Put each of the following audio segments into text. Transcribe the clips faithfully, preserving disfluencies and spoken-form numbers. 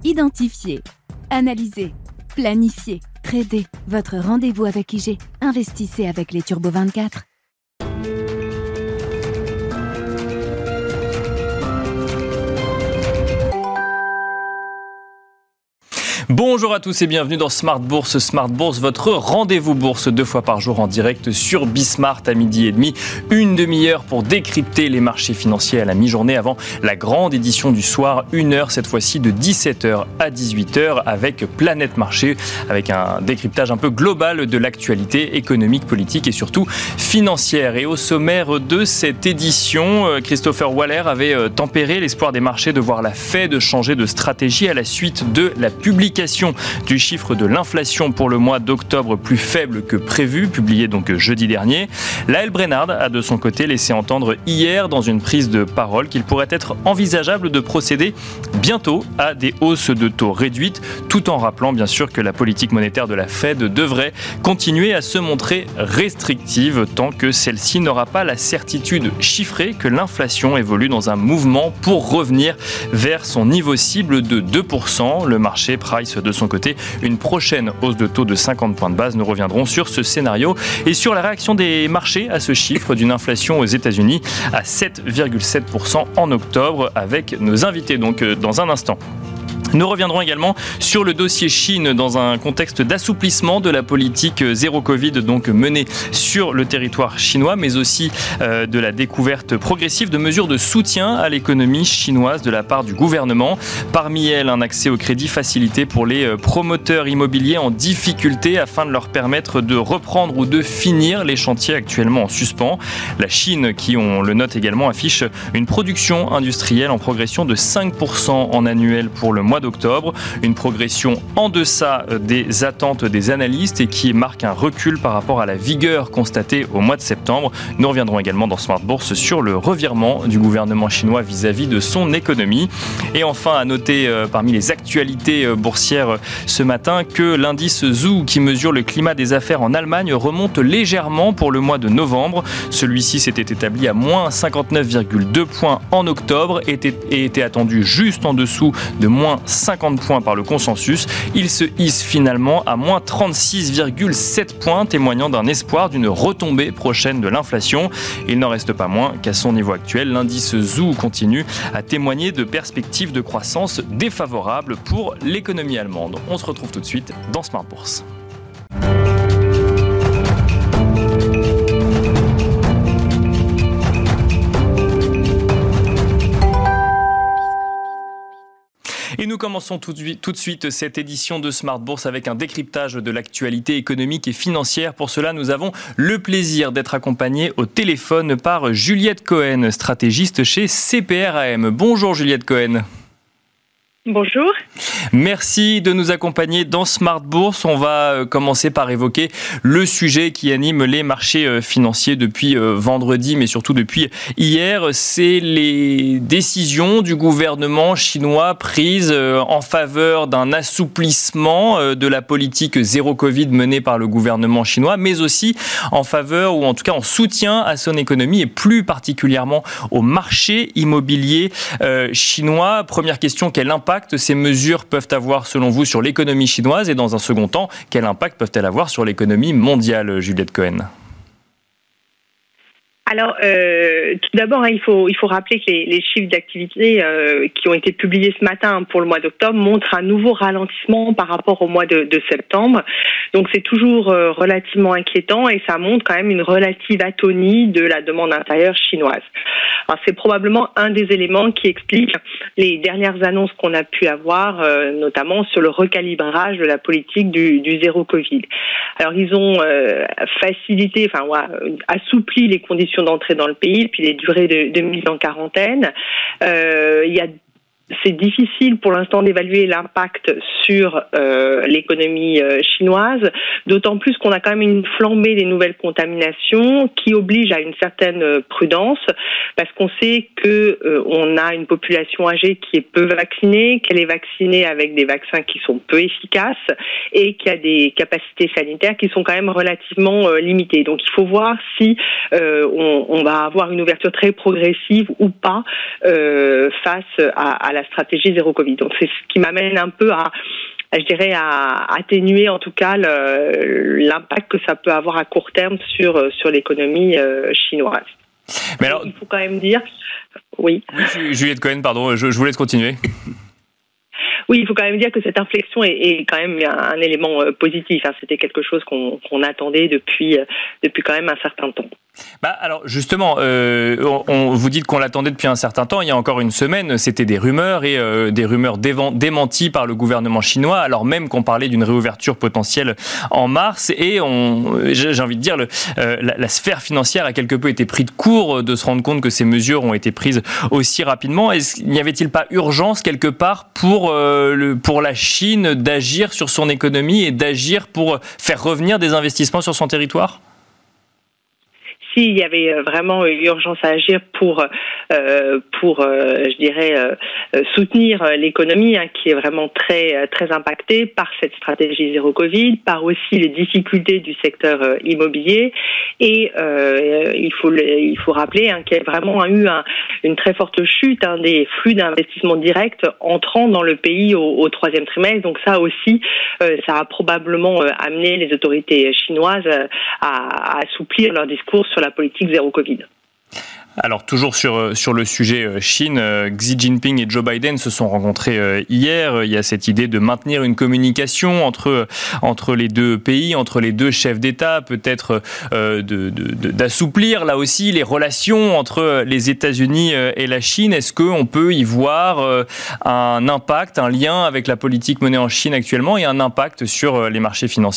Identifier, analyser, planifier, trader. Votre rendez-vous avec I G. Investissez avec les Turbo vingt-quatre. Bonjour à tous et bienvenue dans Smart Bourse. Smart Bourse, votre rendez-vous bourse deux fois par jour en direct sur Bismart à midi et demi. Une demi-heure pour décrypter les marchés financiers à la mi-journée avant la grande édition du soir. Une heure cette fois-ci de dix-sept heures à dix-huit heures avec Planète Marché, avec un décryptage un peu global de l'actualité économique, politique et surtout financière. Et au sommaire de cette édition, Christopher Waller avait tempéré l'espoir des marchés de voir la Fed changer de stratégie à la suite de la publication du chiffre de l'inflation pour le mois d'octobre plus faible que prévu, publié donc jeudi dernier. Lael Brainard a de son côté laissé entendre hier dans une prise de parole qu'il pourrait être envisageable de procéder bientôt à des hausses de taux réduites, tout en rappelant bien sûr que la politique monétaire de la Fed devrait continuer à se montrer restrictive tant que celle-ci n'aura pas la certitude chiffrée que l'inflation évolue dans un mouvement pour revenir vers son niveau cible de deux pour cent. Le marché price de son côté une prochaine hausse de taux de cinquante points de base. Nous reviendrons sur ce scénario et sur la réaction des marchés à ce chiffre d'une inflation aux États-Unis à sept virgule sept pour cent en octobre avec nos invités donc dans un instant. Nous reviendrons également sur le dossier Chine dans un contexte d'assouplissement de la politique zéro Covid donc menée sur le territoire chinois, mais aussi euh, de la découverte progressive de mesures de soutien à l'économie chinoise de la part du gouvernement. Parmi elles, un accès au crédit facilité pour les promoteurs immobiliers en difficulté afin de leur permettre de reprendre ou de finir les chantiers actuellement en suspens. La Chine, qui on le note également, affiche une production industrielle en progression de cinq pour cent en annuel pour le mois d'octobre, une progression en deçà des attentes des analystes et qui marque un recul par rapport à la vigueur constatée au mois de septembre. Nous reviendrons également dans Smart Bourse sur le revirement du gouvernement chinois vis-à-vis de son économie. Et enfin, à noter euh, parmi les actualités euh, boursières euh, ce matin que l'indice Zoo qui mesure le climat des affaires en Allemagne remonte légèrement pour le mois de novembre. Celui-ci s'était établi à moins cinquante-neuf virgule deux points en octobre et était, et était attendu juste en dessous de moins cinquante points par le consensus. Il se hisse finalement à moins trente-six virgule sept points, témoignant d'un espoir d'une retombée prochaine de l'inflation. Il n'en reste pas moins qu'à son niveau actuel, l'indice Zoo continue à témoigner de perspectives de croissance défavorables pour l'économie allemande. On se retrouve tout de suite dans Smart Bourse. Et nous commençons tout de suite cette édition de Smart Bourse avec un décryptage de l'actualité économique et financière. Pour cela, nous avons le plaisir d'être accompagnés au téléphone par Juliette Cohen, stratégiste chez C P R A M. Bonjour Juliette Cohen. Bonjour. Merci de nous accompagner dans Smart Bourse. On va commencer par évoquer le sujet qui anime les marchés financiers depuis vendredi, mais surtout depuis hier. C'est les décisions du gouvernement chinois prises en faveur d'un assouplissement de la politique zéro Covid menée par le gouvernement chinois, mais aussi en faveur, ou en tout cas en soutien à son économie et plus particulièrement au marché immobilier chinois. Première question, quel impact ces mesures peuvent avoir selon vous sur l'économie chinoise et dans un second temps, quel impact peuvent-elles avoir sur l'économie mondiale, Juliette Cohen ? Alors, euh, tout d'abord, hein, il faut il faut rappeler que les, les chiffres d'activité euh, qui ont été publiés ce matin pour le mois d'octobre montrent un nouveau ralentissement par rapport au mois de, de septembre. Donc, c'est toujours euh, relativement inquiétant et ça montre quand même une relative atonie de la demande intérieure chinoise. Alors, c'est probablement un des éléments qui explique les dernières annonces qu'on a pu avoir, euh, notamment sur le recalibrage de la politique du, du zéro Covid. Alors, ils ont euh, facilité, enfin, ouais, assoupli les conditions d'entrée dans le pays, puis les durées de, de mise en quarantaine. Euh, il y a C'est difficile pour l'instant d'évaluer l'impact sur euh, l'économie euh, chinoise, d'autant plus qu'on a quand même une flambée des nouvelles contaminations qui oblige à une certaine prudence, parce qu'on sait que euh, on a une population âgée qui est peu vaccinée, qu'elle est vaccinée avec des vaccins qui sont peu efficaces et qu'il y a des capacités sanitaires qui sont quand même relativement euh, limitées. Donc il faut voir si euh, on, on va avoir une ouverture très progressive ou pas euh, face à, à la la stratégie zéro Covid. Donc c'est ce qui m'amène un peu à, à je dirais, à atténuer en tout cas le, l'impact que ça peut avoir à court terme sur sur l'économie euh, chinoise. Mais alors, il faut quand même dire, oui. oui Juliette Cohen, pardon, je, je vous laisse continuer. Oui, il faut quand même dire que cette inflexion est, est quand même un, un élément euh, positif. Hein. C'était quelque chose qu'on, qu'on attendait depuis, euh, depuis quand même un certain temps. Bah alors justement, euh, on, on vous dit qu'on l'attendait depuis un certain temps. Il y a encore une semaine, c'était des rumeurs et euh, des rumeurs dévan- démenties par le gouvernement chinois, alors même qu'on parlait d'une réouverture potentielle en mars. Et on, j'ai envie de dire, le, euh, la, la sphère financière a quelque peu été pris de court de se rendre compte que ces mesures ont été prises aussi rapidement. Est-ce, n'y avait-il pas urgence quelque part pour euh, le, pour la Chine d'agir sur son économie et d'agir pour faire revenir des investissements sur son territoire ? Il y avait vraiment urgence à agir pour, euh, pour, euh, je dirais, euh, soutenir l'économie hein, qui est vraiment très, très impactée par cette stratégie zéro Covid, par aussi les difficultés du secteur euh, immobilier. Et euh, il faut, le, il faut rappeler hein, qu'il y a vraiment eu un, une très forte chute hein, des flux d'investissement direct entrant dans le pays au, au troisième trimestre. Donc ça aussi, euh, ça a probablement euh, amené les autorités chinoises à, à assouplir leur discours sur la politique zéro Covid. Alors toujours sur sur le sujet Chine, Xi Jinping et Joe Biden se sont rencontrés hier. Il y a cette idée de maintenir une communication entre entre les deux pays, entre les deux chefs d'État, peut-être euh, de, de, de d'assouplir là aussi les relations entre les États-Unis et la Chine. Est-ce que on peut y voir un impact, un lien avec la politique menée en Chine actuellement et un impact sur les marchés financiers ?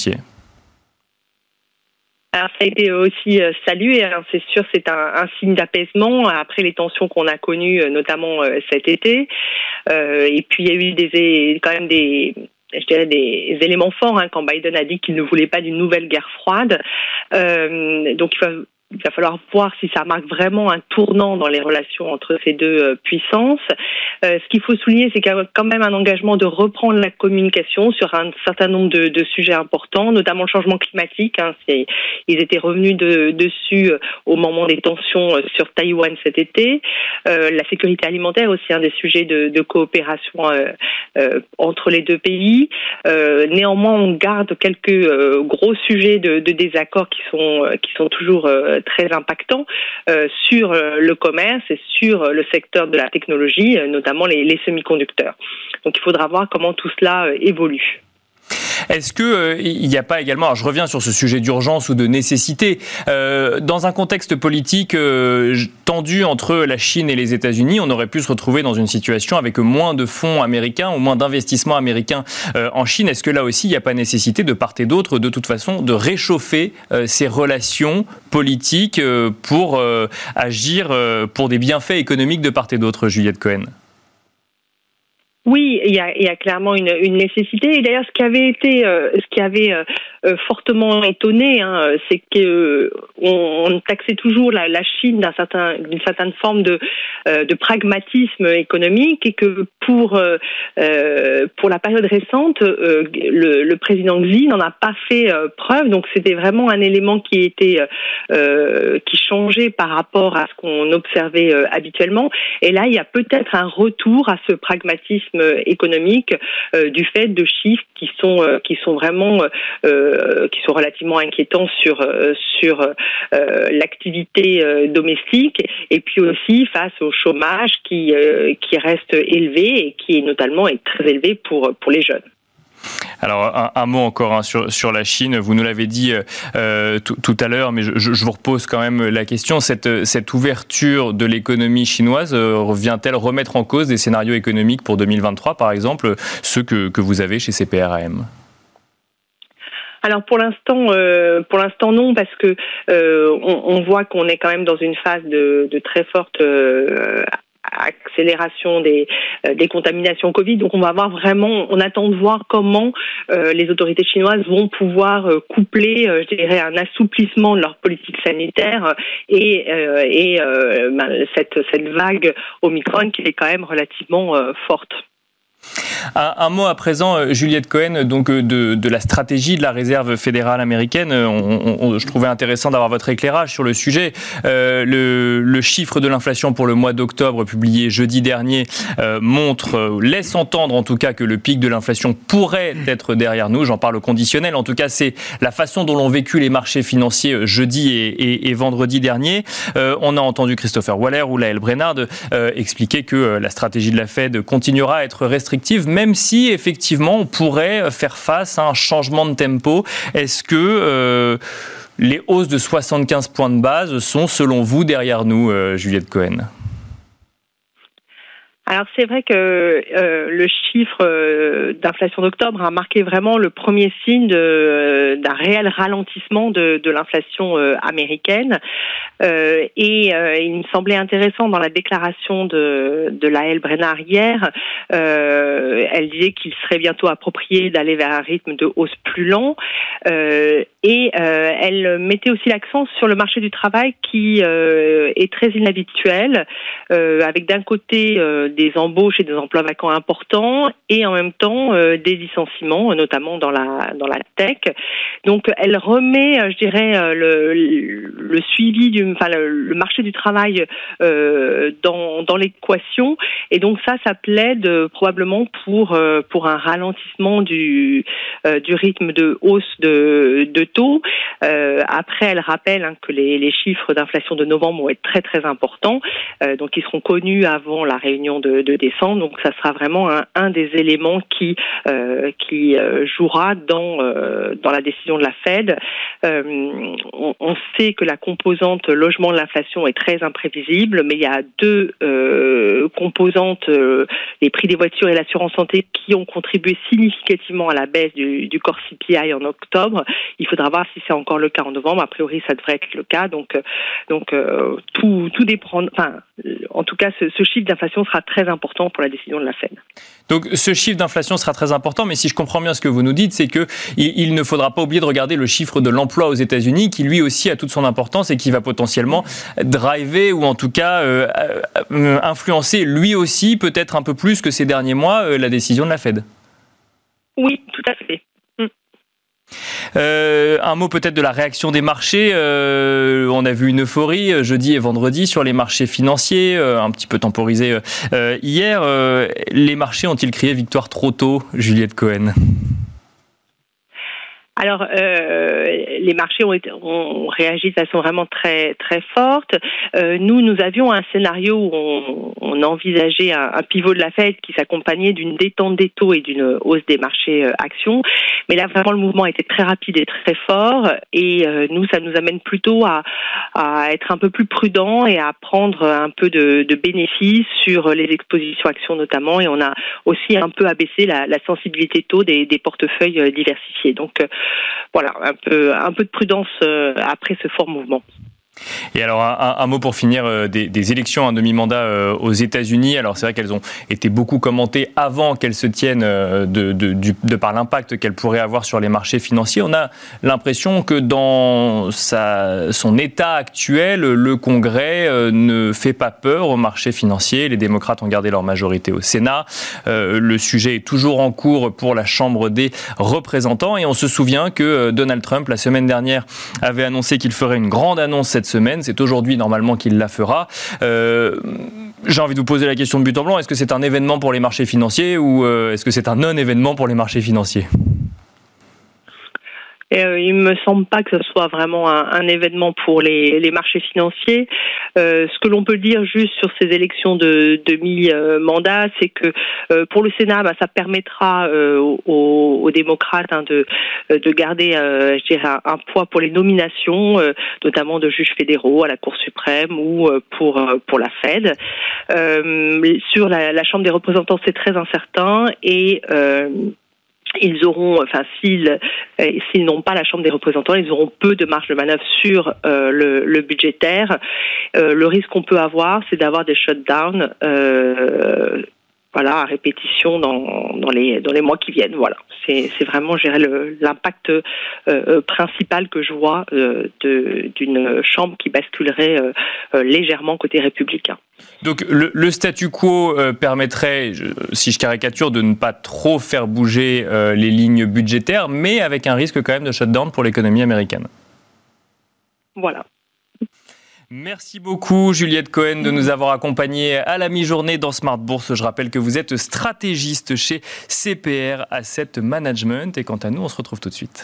Alors, ça a été aussi salué, hein. C'est sûr, c'est un, un signe d'apaisement après les tensions qu'on a connues, notamment cet été. Euh, et puis, il y a eu des, quand même des, je dirais des éléments forts hein, quand Biden a dit qu'il ne voulait pas d'une nouvelle guerre froide. Euh, donc, il faut Il va falloir voir si ça marque vraiment un tournant dans les relations entre ces deux euh, puissances. Euh, ce qu'il faut souligner, c'est qu'il y a quand même un engagement de reprendre la communication sur un certain nombre de, de sujets importants, notamment le changement climatique. Hein, c'est, ils étaient revenus de, dessus euh, au moment des tensions euh, sur Taïwan cet été. Euh, la sécurité alimentaire aussi, un des sujets de, de coopération euh, euh, entre les deux pays. Euh, néanmoins, on garde quelques euh, gros sujets de, de désaccord qui sont, euh, qui sont toujours euh, très impactant euh, sur euh, le commerce et sur euh, le secteur de la technologie, euh, notamment les, les semi-conducteurs. Donc il faudra voir comment tout cela euh, évolue. Est-ce que euh, il n'y a pas également, alors je reviens sur ce sujet d'urgence ou de nécessité, euh, dans un contexte politique euh, tendu entre la Chine et les États-Unis, on aurait pu se retrouver dans une situation avec moins de fonds américains ou moins d'investissements américains euh, en Chine. Est-ce que là aussi, il n'y a pas nécessité de part et d'autre, de toute façon, de réchauffer euh, ces relations politiques euh, pour euh, agir euh, pour des bienfaits économiques de part et d'autre, Juliette Cohen ? Oui, il y a, il y a clairement une, une nécessité. Et d'ailleurs, ce qui avait été, euh, ce qui avait euh, fortement étonné, hein, c'est que euh, on, on taxait toujours la, la Chine d'un certain, d'une certaine forme de, euh, de pragmatisme économique, et que pour euh, pour la période récente, euh, le, le président Xi n'en a pas fait euh, preuve. Donc, c'était vraiment un élément qui était euh, qui changeait par rapport à ce qu'on observait euh, habituellement. Et là, il y a peut-être un retour à ce pragmatisme économique euh, du fait de chiffres qui sont euh, qui sont vraiment euh, qui sont relativement inquiétants sur euh, sur euh, l'activité euh, domestique, et puis aussi face au chômage qui euh, qui reste élevé et qui est notamment est très élevé pour pour les jeunes. Alors un, un mot encore hein, sur sur la Chine. Vous nous l'avez dit euh, tout, tout à l'heure, mais je, je vous repose quand même la question. Cette cette ouverture de l'économie chinoise euh, vient-elle remettre en cause des scénarios économiques pour deux mille vingt-trois, par exemple, ceux que que vous avez chez C P R A M ? Alors pour l'instant, euh, pour l'instant non, parce que euh, on, on voit qu'on est quand même dans une phase de, de très forte euh, accélération des euh, des contaminations Covid. Donc on va voir vraiment, on attend de voir comment euh, les autorités chinoises vont pouvoir euh, coupler, euh, je dirais, un assouplissement de leur politique sanitaire et euh, et euh, ben, cette cette vague Omicron qui est quand même relativement euh, forte. Un, un mot à présent, Juliette Cohen, donc de, de la stratégie de la Réserve fédérale américaine. On, on, je trouvais intéressant d'avoir votre éclairage sur le sujet. Euh, le, le chiffre de l'inflation pour le mois d'octobre, publié jeudi dernier, euh, montre, euh, laisse entendre en tout cas que le pic de l'inflation pourrait être derrière nous. J'en parle au conditionnel. En tout cas, c'est la façon dont l'ont vécu les marchés financiers jeudi et, et, et vendredi dernier. Euh, on a entendu Christopher Waller ou Lael Brainard euh, expliquer que euh, la stratégie de la Fed continuera à être restrictive, même si effectivement on pourrait faire face à un changement de tempo. Est-ce que euh, les hausses de soixante-quinze points de base sont selon vous derrière nous, euh, Juliette Cohen ? Alors c'est vrai que euh, le chiffre euh, d'inflation d'octobre a marqué vraiment le premier signe de, euh, d'un réel ralentissement de, de l'inflation euh, américaine. Euh, et euh, il me semblait intéressant dans la déclaration de, de Lael Brainard hier, euh, elle disait qu'il serait bientôt approprié d'aller vers un rythme de hausse plus lent. Euh, et euh, elle mettait aussi l'accent sur le marché du travail qui euh, est très inhabituel, euh, avec d'un côté euh, des embauches et des emplois vacants importants et en même temps euh, des licenciements, notamment dans la dans la tech. Donc elle remet, je dirais, le, le suivi du, enfin le, le marché du travail euh, dans dans l'équation, et donc ça, ça plaide probablement pour euh, pour un ralentissement du euh, du rythme de hausse de de taux. Euh, après, elle rappelle hein, que les les chiffres d'inflation de novembre vont être très très importants, euh, donc ils seront connus avant la réunion de, de décembre. Donc ça sera vraiment un, un des éléments qui euh, qui euh, jouera dans euh, dans la décision de la Fed. Euh, on, on sait que la composante logement de l'inflation est très imprévisible, mais il y a deux euh, composantes, euh, les prix des voitures et l'assurance santé, qui ont contribué significativement à la baisse du, du core C P I en octobre. Il faudra voir si c'est encore le cas en novembre. A priori, ça devrait être le cas. Donc, donc euh, tout, tout dépend. Enfin, en tout cas, ce, ce chiffre d'inflation sera très important pour la décision de la Fed. Donc, ce chiffre d'inflation sera très important, mais si je comprends bien ce que vous nous dites, c'est que il, il ne faudra pas oublier de regarder le chiffre de l'emploi aux États-Unis, qui lui aussi a toute son importance et qui va potentiellement driver ou en tout cas euh, euh, influencer lui aussi, peut-être un peu plus que ces derniers mois, euh, la décision de la Fed. Oui, tout à fait. Euh, un mot peut-être de la réaction des marchés. Euh, on a vu une euphorie euh, jeudi et vendredi sur les marchés financiers, euh, un petit peu temporisé euh, hier. Euh, les marchés ont-ils crié victoire trop tôt, Juliette Cohen ? Alors, euh, les marchés ont, été, ont réagi de façon vraiment très très forte. Euh, nous, nous avions un scénario où on, on envisageait un, un pivot de la Fed qui s'accompagnait d'une détente des taux et d'une hausse des marchés euh, actions. Mais là, vraiment, le mouvement a été très rapide et très fort. Et euh, nous, ça nous amène plutôt à, à être un peu plus prudents et à prendre un peu de, de bénéfices sur les expositions actions notamment. Et on a aussi un peu abaissé la, la sensibilité taux des, des portefeuilles diversifiés. Donc, euh, voilà, un peu, un peu de prudence euh, après ce fort mouvement. Et alors, un, un mot pour finir, euh, des, des élections à demi-mandat euh, aux États-Unis. Alors, c'est vrai qu'elles ont été beaucoup commentées avant qu'elles se tiennent euh, de, de, de, de par l'impact qu'elles pourraient avoir sur les marchés financiers. On a l'impression que dans sa, son état actuel, le Congrès euh, ne fait pas peur aux marchés financiers. Les démocrates ont gardé leur majorité au Sénat. Euh, le sujet est toujours en cours pour la Chambre des représentants. Et on se souvient que Donald Trump, la semaine dernière, avait annoncé qu'il ferait une grande annonce cette semaine. C'est aujourd'hui normalement qu'il la fera. Euh, j'ai envie de vous poser la question de but en blanc. Est-ce que c'est un événement pour les marchés financiers ou euh, est-ce que c'est un non-événement pour les marchés financiers ? Et, euh, il me semble pas que ce soit vraiment un, un événement pour les, les marchés financiers. Euh, ce que l'on peut dire juste sur ces élections de, de mi-mandat, c'est que euh, pour le Sénat, bah, ça permettra euh, aux, aux démocrates hein, de, de garder, euh, je dirais, un, un poids pour les nominations, euh, notamment de juges fédéraux à la Cour suprême ou euh, pour euh, pour la Fed. Euh, sur la, la Chambre des représentants, c'est très incertain et euh, ils auront, enfin, s'ils, euh, s'ils n'ont pas la Chambre des représentants, ils auront peu de marge de manœuvre sur euh, le, le budgétaire. Euh, le risque qu'on peut avoir, c'est d'avoir des shutdowns euh, voilà, à répétition dans, dans, les, dans les mois qui viennent. Voilà. C'est, c'est vraiment, je dirais, le, l'impact euh, principal que je vois euh, de, d'une chambre qui basculerait euh, euh, légèrement côté républicain. Donc le, le statu quo euh, permettrait, je, si je caricature, de ne pas trop faire bouger euh, les lignes budgétaires, mais avec un risque quand même de shutdown pour l'économie américaine. Voilà. Merci beaucoup Juliette Cohen de nous avoir accompagnés à la mi-journée dans Smart Bourse. Je rappelle que vous êtes stratégiste chez C P R Asset Management. Et quant à nous, on se retrouve tout de suite.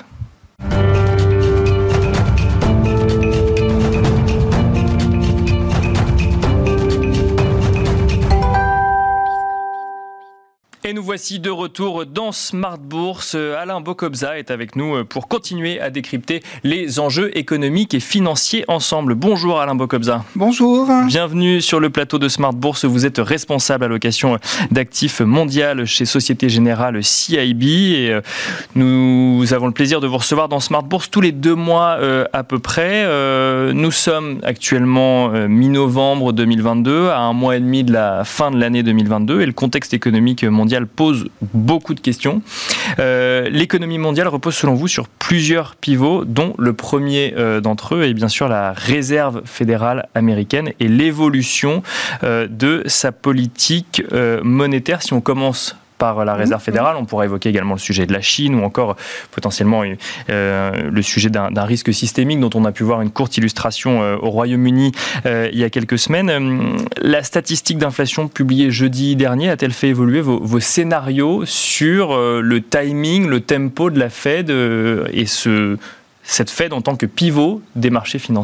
Et nous voici de retour dans Smart Bourse. Alain Bokobza est avec nous pour continuer à décrypter les enjeux économiques et financiers ensemble. Bonjour Alain Bokobza. Bonjour. Bienvenue sur le plateau de Smart Bourse. Vous êtes responsable allocation d'actifs mondial chez Société Générale C I B. Et nous avons le plaisir de vous recevoir dans Smart Bourse tous les deux mois à peu près. Nous sommes actuellement mi-novembre deux mille vingt-deux, à un mois et demi de la fin de l'année deux mille vingt-deux. Et le contexte économique mondial pose beaucoup de questions. Euh, l'économie mondiale repose selon vous sur plusieurs pivots, dont le premier euh, d'entre eux est bien sûr la Réserve fédérale américaine et l'évolution euh, de sa politique euh, monétaire. Si on commence par la Réserve fédérale, on pourra évoquer également le sujet de la Chine ou encore potentiellement euh, le sujet d'un, d'un risque systémique dont on a pu voir une courte illustration euh, au Royaume-Uni euh, il y a quelques semaines. Euh, la statistique d'inflation publiée jeudi dernier a-t-elle fait évoluer vos, vos scénarios sur euh, le timing, le tempo de la Fed euh, et ce, cette Fed en tant que pivot des marchés financiers ?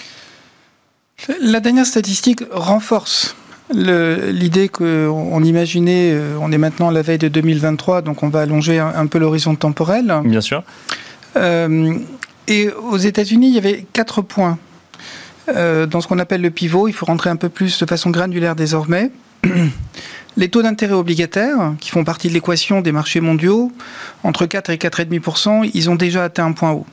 La dernière statistique renforce Le, l'idée qu'on imaginait, on est maintenant à la veille de deux mille vingt-trois, donc on va allonger un, un peu l'horizon temporel. Bien sûr. Euh, et aux États-Unis, il y avait quatre points. Euh, dans ce qu'on appelle le pivot, il faut rentrer un peu plus de façon granulaire désormais. Les taux d'intérêt obligataires, qui font partie de l'équation des marchés mondiaux, entre quatre et quatre virgule cinq pour cent, ils ont déjà atteint un point haut.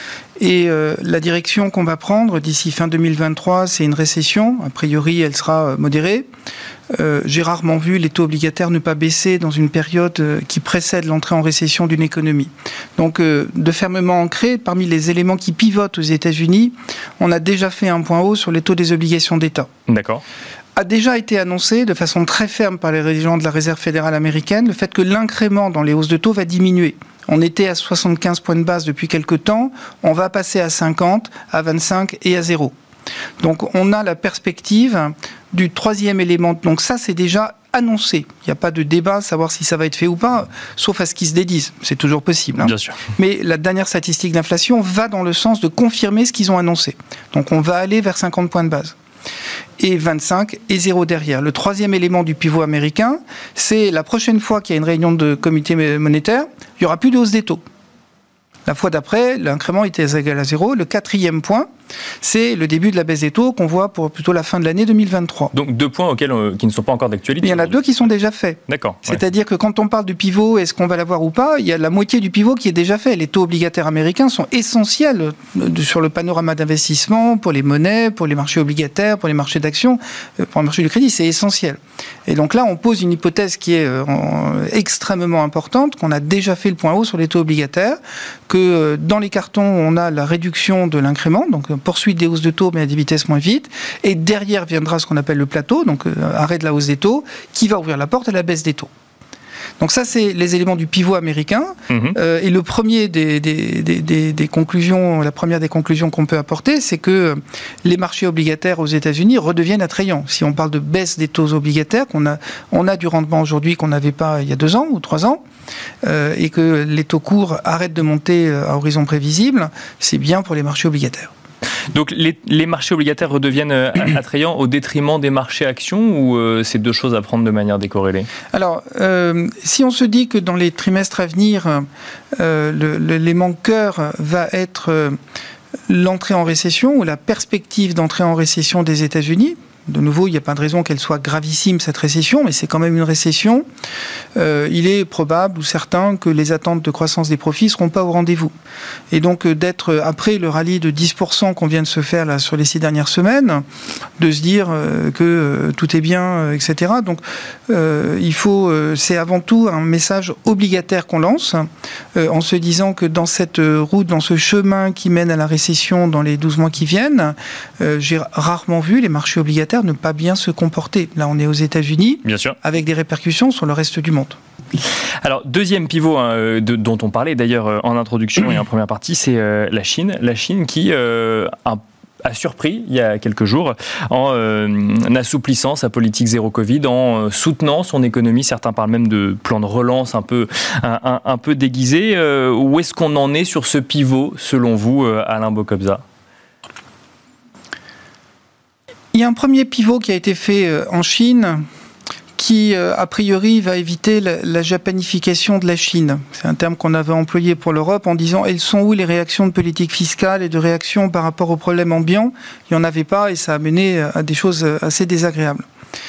Et euh, la direction qu'on va prendre d'ici fin deux mille vingt-trois, c'est une récession. A priori, elle sera modérée. Euh, j'ai rarement vu les taux obligataires ne pas baisser dans une période qui précède l'entrée en récession d'une économie. Donc, euh, de fermement ancré, parmi les éléments qui pivotent aux États-Unis, on a déjà fait un point haut sur les taux des obligations d'État. D'accord. A déjà été annoncé de façon très ferme par les dirigeants de la Réserve fédérale américaine le fait que l'incrément dans les hausses de taux va diminuer. On était à soixante-quinze points de base depuis quelques temps, on va passer à cinquante, à vingt-cinq et à zéro. Donc on a la perspective du troisième élément. Donc ça c'est déjà annoncé. Il n'y a pas de débat à savoir si ça va être fait ou pas, sauf à ce qu'ils se dédisent. C'est toujours possible. Hein. Bien sûr. Mais la dernière statistique d'inflation va dans le sens de confirmer ce qu'ils ont annoncé. Donc on va aller vers cinquante points de base. Et vingt-cinq et zéro derrière. Le troisième élément du pivot américain, c'est la prochaine fois qu'il y a une réunion de comité monétaire, il n'y aura plus de hausse des taux. La fois d'après, l'incrément était égal à zéro. Le quatrième point, c'est le début de la baisse des taux qu'on voit pour plutôt la fin de l'année deux mille vingt-trois. Donc deux points auxquels, euh, qui ne sont pas encore d'actualité. Il y en a deux qui sont déjà faits. D'accord. C'est-à-dire ouais. que quand on parle du pivot, est-ce qu'on va l'avoir ou pas, il y a la moitié du pivot qui est déjà fait. Les taux obligataires américains sont essentiels sur le panorama d'investissement, pour les monnaies, pour les marchés obligataires, pour les marchés d'actions, pour le marché du crédit, c'est essentiel. Et donc là, on pose une hypothèse qui est extrêmement importante, qu'on a déjà fait le point haut sur les taux obligataires, que dans les cartons, on a la réduction de l'incrément, donc poursuite des hausses de taux, mais à des vitesses moins vite. Et derrière viendra ce qu'on appelle le plateau, donc euh, arrêt de la hausse des taux, qui va ouvrir la porte à la baisse des taux. Donc ça, c'est les éléments du pivot américain. Mmh. Euh, et le premier des, des, des, des, des conclusions, la première des conclusions qu'on peut apporter, c'est que les marchés obligataires aux États-Unis redeviennent attrayants. Si on parle de baisse des taux obligataires, qu'on a, on a du rendement aujourd'hui qu'on n'avait pas il y a deux ans ou trois ans, euh, et que les taux courts arrêtent de monter à horizon prévisible, c'est bien pour les marchés obligataires. Donc les, les marchés obligataires redeviennent euh, attrayants au détriment des marchés actions ou euh, c'est deux choses à prendre de manière décorrélée ? Alors, euh, si on se dit que dans les trimestres à venir, euh, le, l'élément cœur va être euh, l'entrée en récession ou la perspective d'entrée en récession des États-Unis, De nouveau, il n'y a pas de raison qu'elle soit gravissime, cette récession, mais c'est quand même une récession. Euh, il est probable ou certain que les attentes de croissance des profits ne seront pas au rendez-vous. Et donc, d'être, après le rallye de dix pour cent qu'on vient de se faire là, sur les six dernières semaines, de se dire euh, que euh, tout est bien, euh, et cetera. Donc, euh, il faut, euh, c'est avant tout un message obligataire qu'on lance, euh, en se disant que dans cette route, dans ce chemin qui mène à la récession dans les douze mois qui viennent, euh, j'ai rarement vu les marchés obligataires ne pas bien se comporter. Là, on est aux États-Unis, bien sûr, avec des répercussions sur le reste du monde. Alors, deuxième pivot hein, de, dont on parlait d'ailleurs en introduction et en première partie, c'est euh, la Chine. La Chine qui euh, a a surpris il y a quelques jours en euh, assouplissant sa politique zéro Covid, en euh, soutenant son économie. Certains parlent même de plan de relance un peu, un, un, un peu déguisé. Euh, où est-ce qu'on en est sur ce pivot, selon vous, euh, Alain Bocobza ? Il y a un premier pivot qui a été fait en Chine qui, a priori, va éviter la, la japanification de la Chine. C'est un terme qu'on avait employé pour l'Europe en disant « elles sont où les réactions de politique fiscale et de réactions par rapport aux problèmes ambiants ?» Il n'y en avait pas et ça a mené à des choses assez désagréables.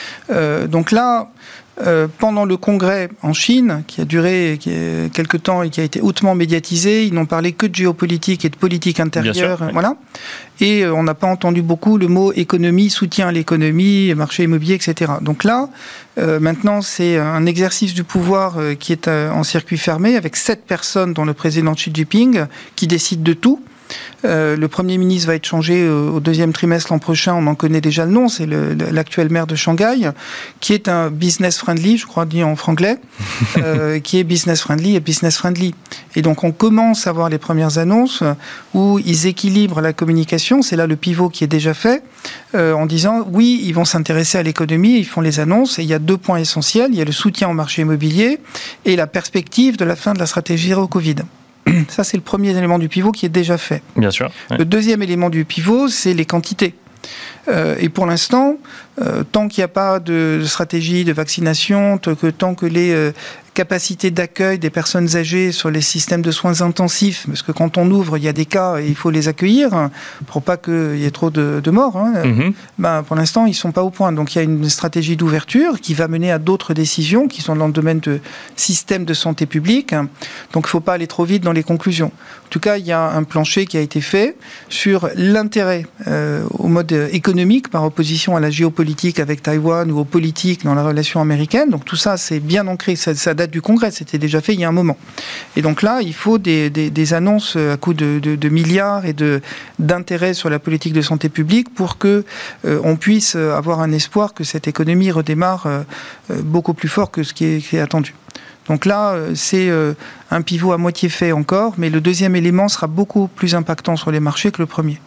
Euh, donc là, euh, pendant le congrès en Chine, qui a duré qui a quelques temps et qui a été hautement médiatisé, ils n'ont parlé que de géopolitique et de politique intérieure. Sûr, oui. Voilà. Et euh, on n'a pas entendu beaucoup le mot économie, soutien à l'économie, marché immobilier, et cetera. Donc là, euh, maintenant, c'est un exercice du pouvoir euh, qui est euh, en circuit fermé, avec sept personnes, dont le président Xi Jinping, qui décide de tout. Euh, le Premier ministre va être changé euh, au deuxième trimestre l'an prochain, on en connaît déjà le nom, c'est le, l'actuel maire de Shanghai, qui est un business friendly, je crois dit en franglais, euh, qui est business friendly et business friendly. Et donc on commence à voir les premières annonces où ils équilibrent la communication, c'est là le pivot qui est déjà fait, euh, en disant oui, ils vont s'intéresser à l'économie, ils font les annonces, et il y a deux points essentiels, il y a le soutien au marché immobilier et la perspective de la fin de la stratégie zéro Covid. Ça, c'est le premier élément du pivot qui est déjà fait. Bien sûr. Ouais. Le deuxième élément du pivot, c'est les quantités. Euh, et pour l'instant, euh, tant qu'il n'y a pas de stratégie de vaccination, tant que, tant que les euh, capacités d'accueil des personnes âgées sur les systèmes de soins intensifs, parce que quand on ouvre, il y a des cas et il faut les accueillir pour pas qu'il y ait trop de, de morts, hein, mm-hmm. ben, pour l'instant, ils ne sont pas au point. Donc il y a une stratégie d'ouverture qui va mener à d'autres décisions qui sont dans le domaine de système de santé publique. Donc il ne faut pas aller trop vite dans les conclusions. En tout cas, il y a un plancher qui a été fait sur l'intérêt euh, au mode économique par opposition à la géopolitique avec Taïwan ou aux politiques dans la relation américaine. Donc tout ça, c'est bien ancré, ça, ça date du Congrès, c'était déjà fait il y a un moment. Et donc là, il faut des, des, des annonces à coût de, de, de milliards et de, d'intérêt sur la politique de santé publique pour que euh, on puisse avoir un espoir que cette économie redémarre euh, beaucoup plus fort que ce qui est, qui est attendu. Donc là, c'est un pivot à moitié fait encore, mais le deuxième élément sera beaucoup plus impactant sur les marchés que le premier.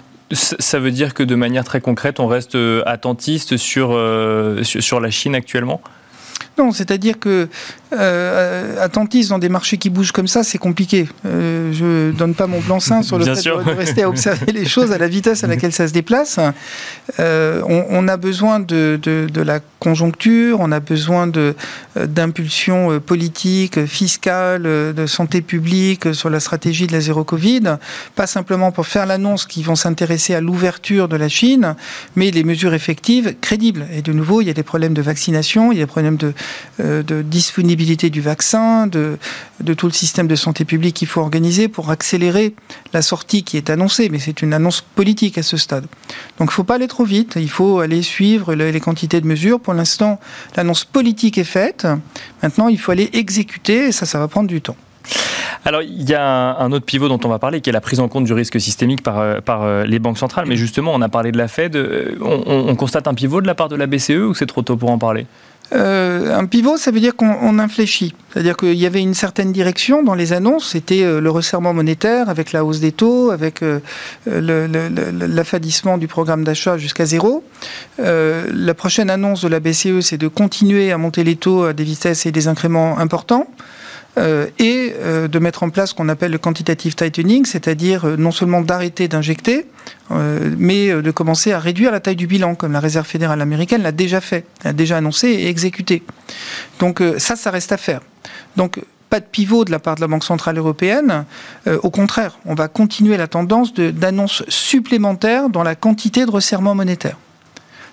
Ça veut dire que de manière très concrète, on reste attentiste sur, euh, sur la Chine actuellement ? Non, c'est-à-dire que euh, attentiste dans des marchés qui bougent comme ça, c'est compliqué. Euh, je donne pas mon blanc-seing sur le Bien fait sûr. de rester à observer les choses à la vitesse à laquelle ça se déplace. Euh, on, on a besoin de, de, de la conjoncture, on a besoin de, d'impulsions politiques, fiscales, de santé publique sur la stratégie de la zéro Covid, pas simplement pour faire l'annonce qu'ils vont s'intéresser à l'ouverture de la Chine, mais les mesures effectives crédibles. Et de nouveau, il y a des problèmes de vaccination, il y a des problèmes de de disponibilité du vaccin, de, de tout le système de santé publique qu'il faut organiser pour accélérer la sortie qui est annoncée, mais c'est une annonce politique à ce stade. Donc il ne faut pas aller trop vite, il faut aller suivre les quantités de mesures. Pour l'instant, l'annonce politique est faite, maintenant il faut aller exécuter, et ça, ça va prendre du temps. Alors, il y a un autre pivot dont on va parler, qui est la prise en compte du risque systémique par, par les banques centrales. Mais justement, on a parlé de la Fed. On, on constate un pivot de la part de la B C E ou c'est trop tôt pour en parler ? Euh, un pivot, ça veut dire qu'on on infléchit. C'est-à-dire qu'il y avait une certaine direction dans les annonces. C'était euh, le resserrement monétaire avec la hausse des taux, avec euh, le, le, le, l'affadissement du programme d'achat jusqu'à zéro. Euh, la prochaine annonce de la B C E, c'est de continuer à monter les taux à des vitesses et des incréments importants. Euh, et euh, de mettre en place ce qu'on appelle le quantitative tightening, c'est-à-dire euh, non seulement d'arrêter d'injecter, euh, mais euh, de commencer à réduire la taille du bilan, comme la Réserve fédérale américaine l'a déjà fait, l'a déjà annoncé et exécuté. Donc euh, ça, ça reste à faire. Donc pas de pivot de la part de la Banque centrale européenne. Euh, au contraire, on va continuer la tendance de, d'annonces supplémentaires dans la quantité de resserrement monétaire.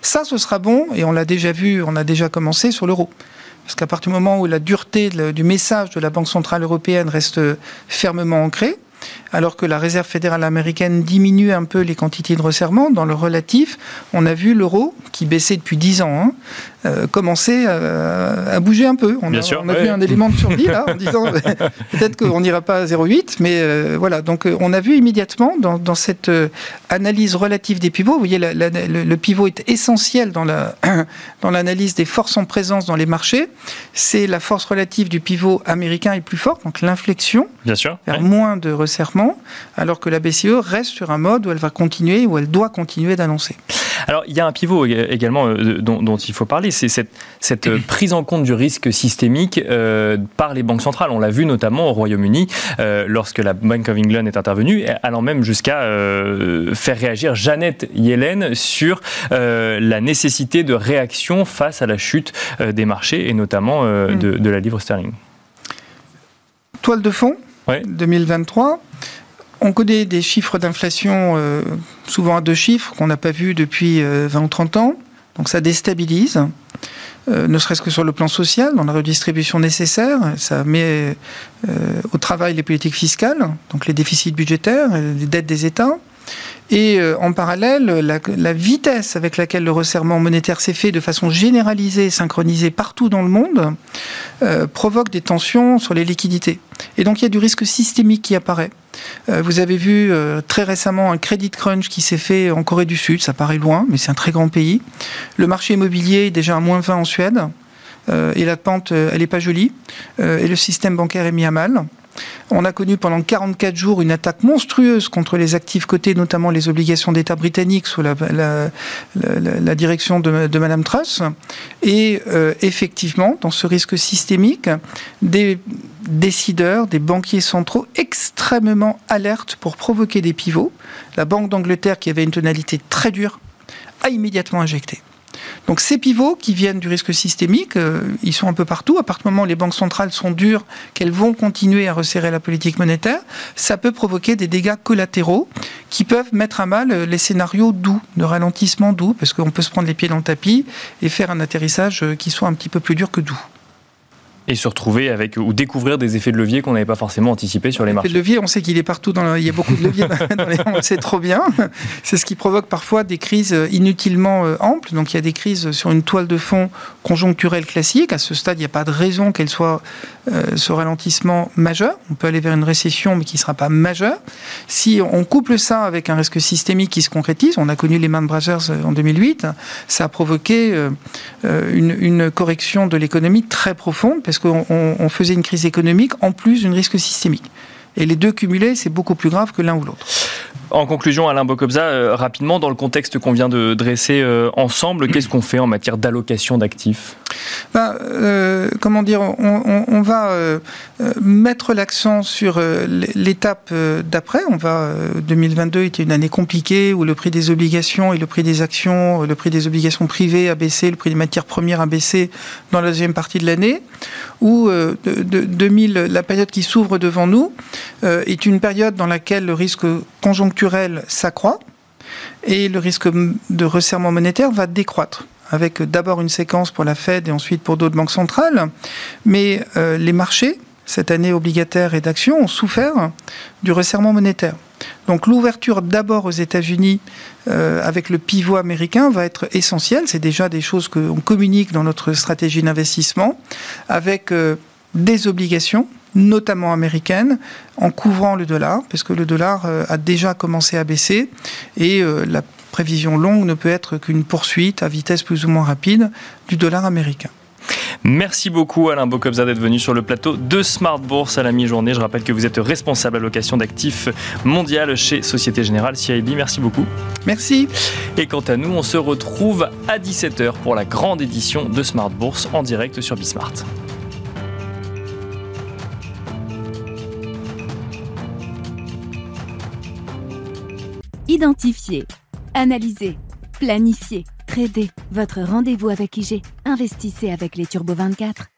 Ça, ce sera bon, et on l'a déjà vu, on a déjà commencé sur l'euro. Parce qu'à partir du moment où la dureté du message de la Banque centrale européenne reste fermement ancrée, alors que la Réserve fédérale américaine diminue un peu les quantités de resserrement, dans le relatif, on a vu l'euro, qui baissait depuis dix ans, hein, euh, commencer à, à bouger un peu. On Bien a, sûr, on a ouais. vu un élément de survie, là, en disant peut-être qu'on n'ira pas à zéro virgule huit, mais euh, voilà. Donc on a vu immédiatement, dans, dans cette euh, analyse relative des pivots, vous voyez, la, la, le, le pivot est essentiel dans, la, dans l'analyse des forces en présence dans les marchés. C'est la force relative du pivot américain est plus forte, donc l'inflexion, Bien sûr, vers ouais. moins de resserrement, alors que la B C E reste sur un mode où elle va continuer, où elle doit continuer d'annoncer. Alors, il y a un pivot également euh, dont, dont il faut parler, c'est cette, cette euh, prise en compte du risque systémique euh, par les banques centrales. On l'a vu notamment au Royaume-Uni, euh, lorsque la Bank of England est intervenue, allant même jusqu'à euh, faire réagir Janet Yellen sur euh, la nécessité de réaction face à la chute euh, des marchés, et notamment euh, mmh. de, de la livre sterling. Toile de fond, ouais. deux mille vingt-trois. On connaît des chiffres d'inflation, euh, souvent à deux chiffres, qu'on n'a pas vus depuis euh, vingt ou trente ans. Donc ça déstabilise, euh, ne serait-ce que sur le plan social, dans la redistribution nécessaire. Ça met euh, au travail les politiques fiscales, donc les déficits budgétaires, les dettes des États. Et euh, en parallèle, la, la vitesse avec laquelle le resserrement monétaire s'est fait de façon généralisée, synchronisée partout dans le monde, euh, provoque des tensions sur les liquidités. Et donc il y a du risque systémique qui apparaît. Euh, vous avez vu euh, très récemment un credit crunch qui s'est fait en Corée du Sud, ça paraît loin, mais c'est un très grand pays. Le marché immobilier est déjà à moins vingt en Suède, euh, et la pente, euh, elle n'est pas jolie, euh, et le système bancaire est mis à mal. On a connu pendant quarante-quatre jours une attaque monstrueuse contre les actifs cotés, notamment les obligations d'État britanniques sous la, la, la, la direction de, de Madame Truss. Et euh, effectivement, dans ce risque systémique, des décideurs, des banquiers centraux extrêmement alertes pour provoquer des pivots. La Banque d'Angleterre, qui avait une tonalité très dure, a immédiatement injecté. Donc ces pivots qui viennent du risque systémique, euh, ils sont un peu partout. À partir du moment où les banques centrales sont dures, qu'elles vont continuer à resserrer la politique monétaire, ça peut provoquer des dégâts collatéraux qui peuvent mettre à mal les scénarios doux, de ralentissement doux, parce qu'on peut se prendre les pieds dans le tapis et faire un atterrissage qui soit un petit peu plus dur que doux. Et se retrouver avec, ou découvrir des effets de levier qu'on n'avait pas forcément anticipés sur les marchés. L'effet de levier, on sait qu'il est partout, dans le, il y a beaucoup de leviers dans les, on le sait trop bien. C'est ce qui provoque parfois des crises inutilement amples. Donc il y a des crises sur une toile de fond conjoncturelle classique. À ce stade, il n'y a pas de raison qu'elle soit euh, ce ralentissement majeur. On peut aller vers une récession, mais qui ne sera pas majeure. Si on couple ça avec un risque systémique qui se concrétise, on a connu Lehman Brothers en deux mille huit, ça a provoqué euh, une, une correction de l'économie très profonde, parce qu'on on faisait une crise économique en plus d'une risque systémique. Et les deux cumulés, c'est beaucoup plus grave que l'un ou l'autre. En conclusion, Alain Bocobza, euh, rapidement, dans le contexte qu'on vient de dresser euh, ensemble, qu'est-ce qu'on fait en matière d'allocation d'actifs ? Ben, euh, comment dire, on, on, on va euh, mettre l'accent sur euh, l'étape euh, d'après. On va, euh, deux mille vingt-deux était une année compliquée où le prix des obligations et le prix des actions, le prix des obligations privées a baissé, le prix des matières premières a baissé dans la deuxième partie de l'année. Où euh, de, de, deux mille, la période qui s'ouvre devant nous euh, est une période dans laquelle le risque conjoncturel s'accroît et le risque de resserrement monétaire va décroître, avec d'abord une séquence pour la Fed et ensuite pour d'autres banques centrales. Mais euh, les marchés, cette année obligataires et d'actions, ont souffert du resserrement monétaire. Donc l'ouverture d'abord aux États-Unis euh, avec le pivot américain va être essentielle. C'est déjà des choses qu'on communique dans notre stratégie d'investissement, avec euh, des obligations, notamment américaines, en couvrant le dollar, parce que le dollar euh, a déjà commencé à baisser, et euh, la prévision longue ne peut être qu'une poursuite à vitesse plus ou moins rapide du dollar américain. Merci beaucoup Alain Bocobza d'être venu sur le plateau de Smart Bourse à la mi-journée. Je rappelle que vous êtes responsable allocation d'actifs mondial chez Société Générale C I B. Merci beaucoup. Merci. Et quant à nous, on se retrouve à dix-sept heures pour la grande édition de Smart Bourse en direct sur Bismart. Identifiez, analysez, planifiez, tradez. Votre rendez-vous avec I G. Investissez avec les Turbo vingt-quatre.